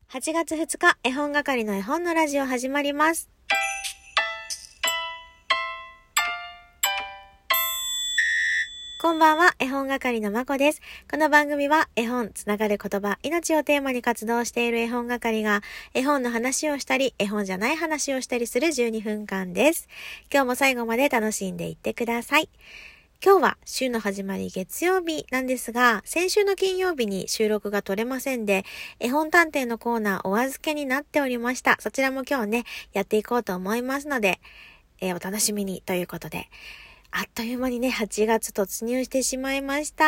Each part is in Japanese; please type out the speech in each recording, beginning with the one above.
8月2日、絵本係の絵本のラジオ始まります。こんばんは、絵本係のまこです。この番組は絵本、つながる言葉、命をテーマに活動している絵本係が絵本の話をしたり、絵本じゃない話をしたりする12分間です。今日も最後まで楽しんでいってください。今日は週の始まり月曜日なんですが、先週の金曜日に収録が取れませんで、絵本探偵のコーナーお預けになっておりました。そちらも今日ね、やっていこうと思いますので、お楽しみにということで、あっという間にね、8月突入してしまいました。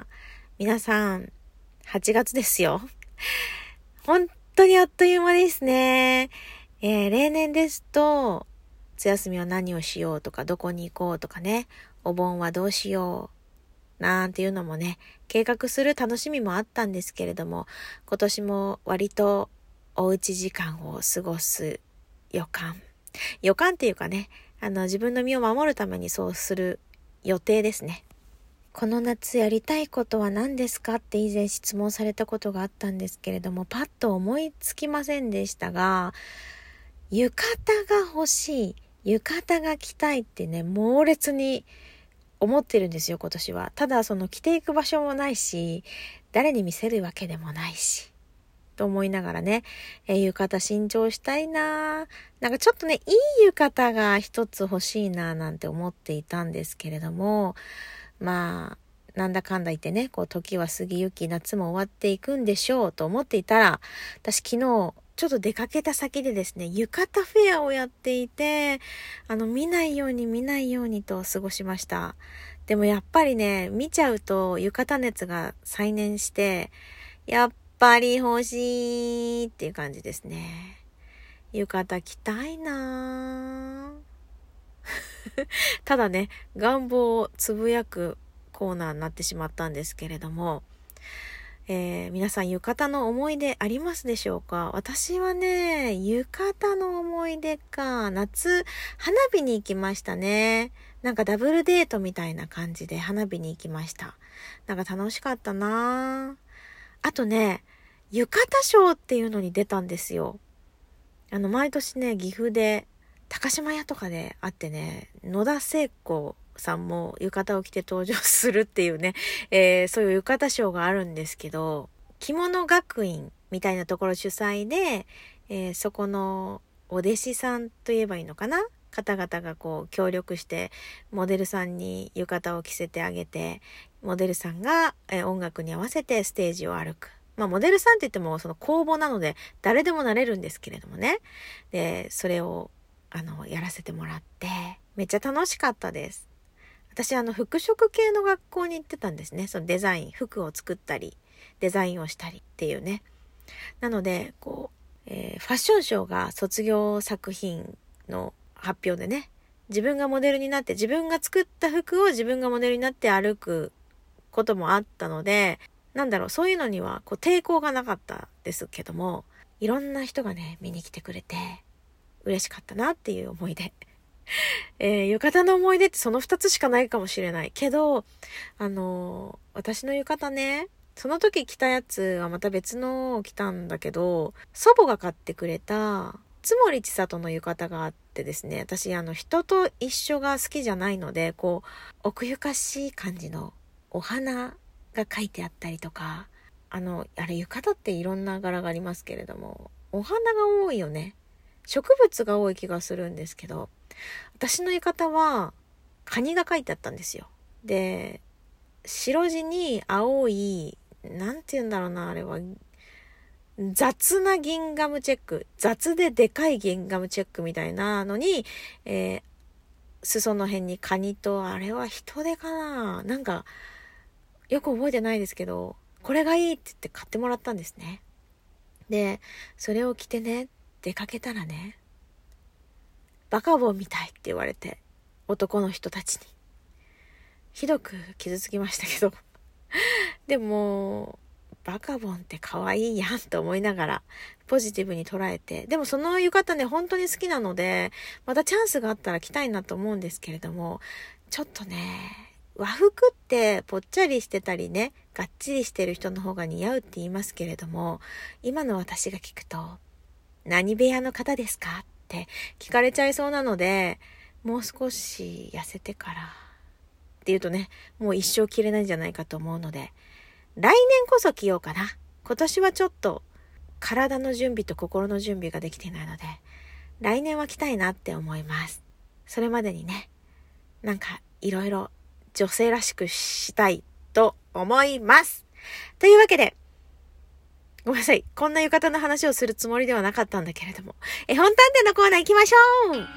皆さん、8月ですよ。本当にあっという間ですね。例年ですと、夏休みは何をしようとか、どこに行こうとかね、お盆はどうしようなんていうのもね、計画する楽しみもあったんですけれども、今年も割とおうち時間を過ごす予感っていうかね、自分の身を守るためにそうする予定ですね。この夏やりたいことは何ですかって以前質問されたことがあったんですけれども、パッと思いつきませんでしたが、浴衣が欲しい、浴衣が着たいってね、猛烈に思ってるんですよ、今年は。ただ着ていく場所もないし、誰に見せるわけでもないしと思いながらね、浴衣新調したいな。なんかちょっとね、いい浴衣が一つ欲しいななんて思っていたんですけれども、まあなんだかんだ言ってね、時は過ぎゆき夏も終わっていくんでしょうと思っていたら、私昨日ちょっと出かけた先でですね、浴衣フェアをやっていて、見ないようにと過ごしました。でもやっぱりね、見ちゃうと浴衣熱が再燃して、やっぱり欲しいっていう感じですね。浴衣着たいなただね、願望をつぶやくコーナーになってしまったんですけれども、皆さん浴衣の思い出ありますでしょうか？私はね、浴衣の思い出か、夏花火に行きましたね。なんかダブルデートみたいな感じで花火に行きました。なんか楽しかったな。あとね、浴衣ショーっていうのに出たんですよ。毎年ね、岐阜で高島屋とかであってね、野田聖子さんも浴衣を着て登場するっていうね、そういう浴衣ショーがあるんですけど、着物学院みたいなところ主催で、そこのお弟子さんと言えばいいのかな、方々が協力してモデルさんに浴衣を着せてあげて、モデルさんが、音楽に合わせてステージを歩く。まあモデルさんって言っても公募なので誰でもなれるんですけれどもね。で、それをやらせてもらってめっちゃ楽しかったです。私服飾系の学校に行ってたんですね。そのデザイン、服を作ったりデザインをしたりっていうね。なのでファッションショーが卒業作品の発表でね、自分がモデルになって自分が作った服を自分がモデルになって歩くこともあったので、そういうのには抵抗がなかったですけども、いろんな人がね見に来てくれて嬉しかったなっていう思い出。浴衣の思い出ってその2つしかないかもしれないけど、私の浴衣ね、その時着たやつはまた別のを着たんだけど、祖母が買ってくれた津森千里の浴衣があってですね、私人と一緒が好きじゃないので、奥ゆかしい感じのお花が書いてあったりとか、あれ浴衣っていろんな柄がありますけれども、お花が多いよね。植物が多い気がするんですけど、私の浴衣はカニが書いてあったんですよ。で、白地に青い、なんて言うんだろうな、あれは雑なギンガムチェック、雑ででかいギンガムチェックみたいなのに、裾の辺にカニと、あれは人手かな、なんかよく覚えてないですけど、これがいいって言って買ってもらったんですね。で、それを着てね、出かけたらね、バカボンみたいって言われて、男の人たちにひどく傷つきましたけどでもバカボンって可愛いやんと思いながらポジティブに捉えて、でもその浴衣ね本当に好きなので、またチャンスがあったら着たいなと思うんですけれども、ちょっとね和服ってぽっちゃりしてたりね、がっちりしてる人の方が似合うって言いますけれども、今の私が聞くと、何部屋の方ですかって聞かれちゃいそうなので、もう少し痩せてからっていうとね、もう一生着れないんじゃないかと思うので、来年こそ着ようかな。今年はちょっと体の準備と心の準備ができていないので、来年は着たいなって思います。それまでにね、なんかいろいろ女性らしくしたいと思います。というわけで、ごめんなさい。こんな浴衣の話をするつもりではなかったんだけれども、絵本探偵のコーナー行きましょう。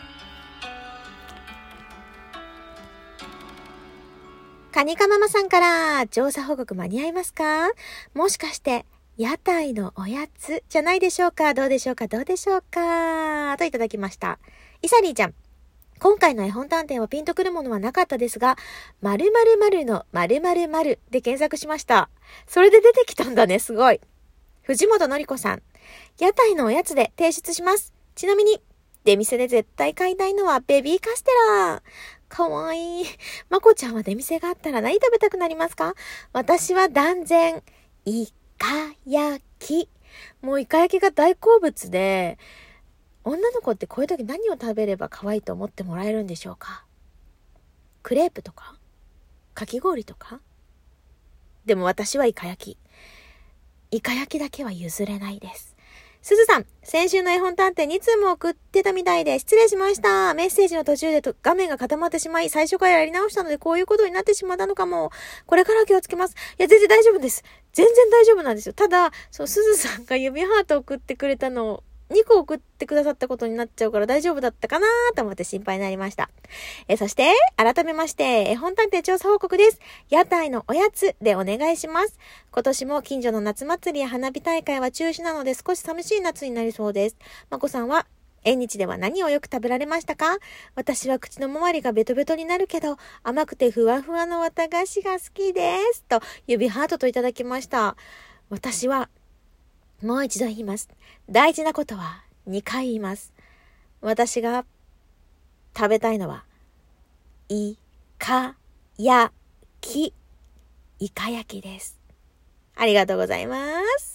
カニカママさんから調査報告間に合いますか？もしかして屋台のおやつじゃないでしょうか？どうでしょうか？どうでしょうか？といただきました。イサリーちゃん。今回の絵本探偵はピンとくるものはなかったですが、〇〇〇の〇〇〇で検索しました。それで出てきたんだね、すごい。藤本のりこさん。屋台のおやつで提出します。ちなみに、出店で絶対買いたいのはベビーカステラ。かわいい。まこちゃんは出店があったら何食べたくなりますか？私は断然、イカ焼き。もうイカ焼きが大好物で、女の子ってこういう時何を食べれば可愛いと思ってもらえるんでしょうか？クレープとか？かき氷とか？でも私はイカ焼き。イカ焼きだけは譲れないです。すずさん、先週の絵本探偵2通も送ってたみたいで失礼しました。メッセージの途中で画面が固まってしまい、最初からやり直したのでこういうことになってしまったのかも。これから気をつけます。いや、全然大丈夫です。全然大丈夫なんですよ。ただ、すずさんが指ハート送ってくれたのを2個送ってくださったことになっちゃうから大丈夫だったかなと思って心配になりました。そして、改めまして、絵本探偵調査報告です。屋台のおやつでお願いします。今年も近所の夏祭りや花火大会は中止なので少し寂しい夏になりそうです。まこさんは、縁日では何をよく食べられましたか？私は口の周りがベトベトになるけど、甘くてふわふわの綿菓子が好きです。と、指ハートといただきました。私は、もう一度言います。大事なことは2回言います。私が食べたいのは、イカ焼き。イカ焼きです。ありがとうございます。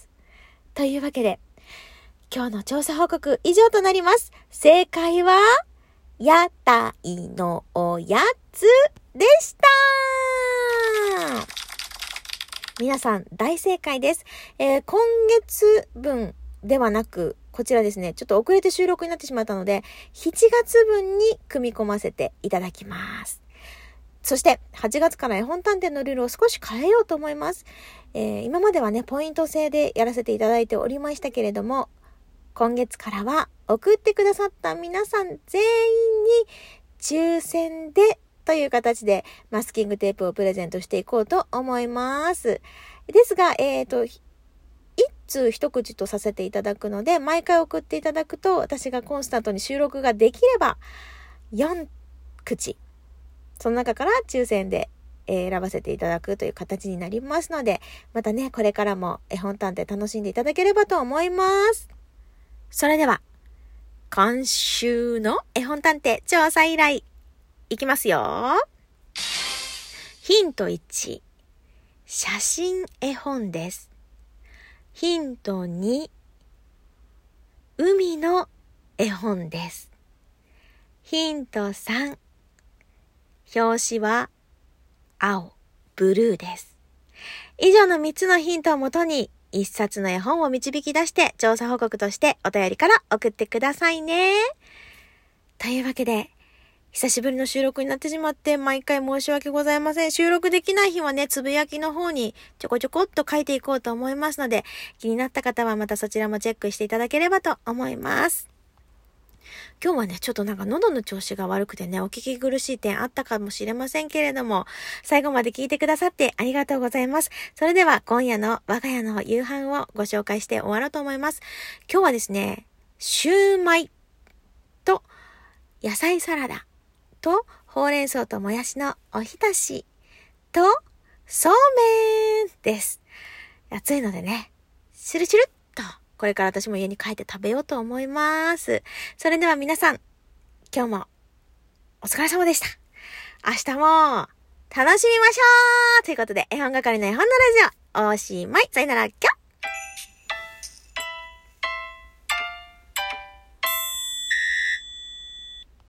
というわけで、今日の調査報告以上となります。正解は、屋台のおやつでした。皆さん大正解です。今月分ではなく、こちらですね、ちょっと遅れて収録になってしまったので、7月分に組み込ませていただきます。そして、8月から絵本探偵のルールを少し変えようと思います。今まではね、ポイント制でやらせていただいておりましたけれども、今月からは送ってくださった皆さん全員に抽選でという形でマスキングテープをプレゼントしていこうと思います。ですが、一通一口とさせていただくので、毎回送っていただくと、私がコンスタントに収録ができれば、4口。その中から抽選で選ばせていただくという形になりますので、またね、これからも絵本探偵楽しんでいただければと思います。それでは、今週の絵本探偵調査依頼、いきますよ。ヒント1、写真絵本です。ヒント2、海の絵本です。ヒント3、表紙は青、ブルーです。以上の3つのヒントをもとに、一冊の絵本を導き出して調査報告としてお便りから送ってくださいね。というわけで、久しぶりの収録になってしまって毎回申し訳ございません。収録できない日はね、つぶやきの方にちょこちょこっと書いていこうと思いますので、気になった方はまたそちらもチェックしていただければと思います。今日はね、ちょっとなんか喉の調子が悪くてね、お聞き苦しい点あったかもしれませんけれども、最後まで聞いてくださってありがとうございます。それでは今夜の我が家の夕飯をご紹介して終わろうと思います。今日はですね、シューマイと野菜サラダとほうれん草ともやしのおひたしとそうめんです。暑いのでね、シュルシュルっとこれから私も家に帰って食べようと思います。それでは皆さん、今日もお疲れ様でした。明日も楽しみましょうということで、絵本係の絵本のラジオ、おしまい。さよなら、きょ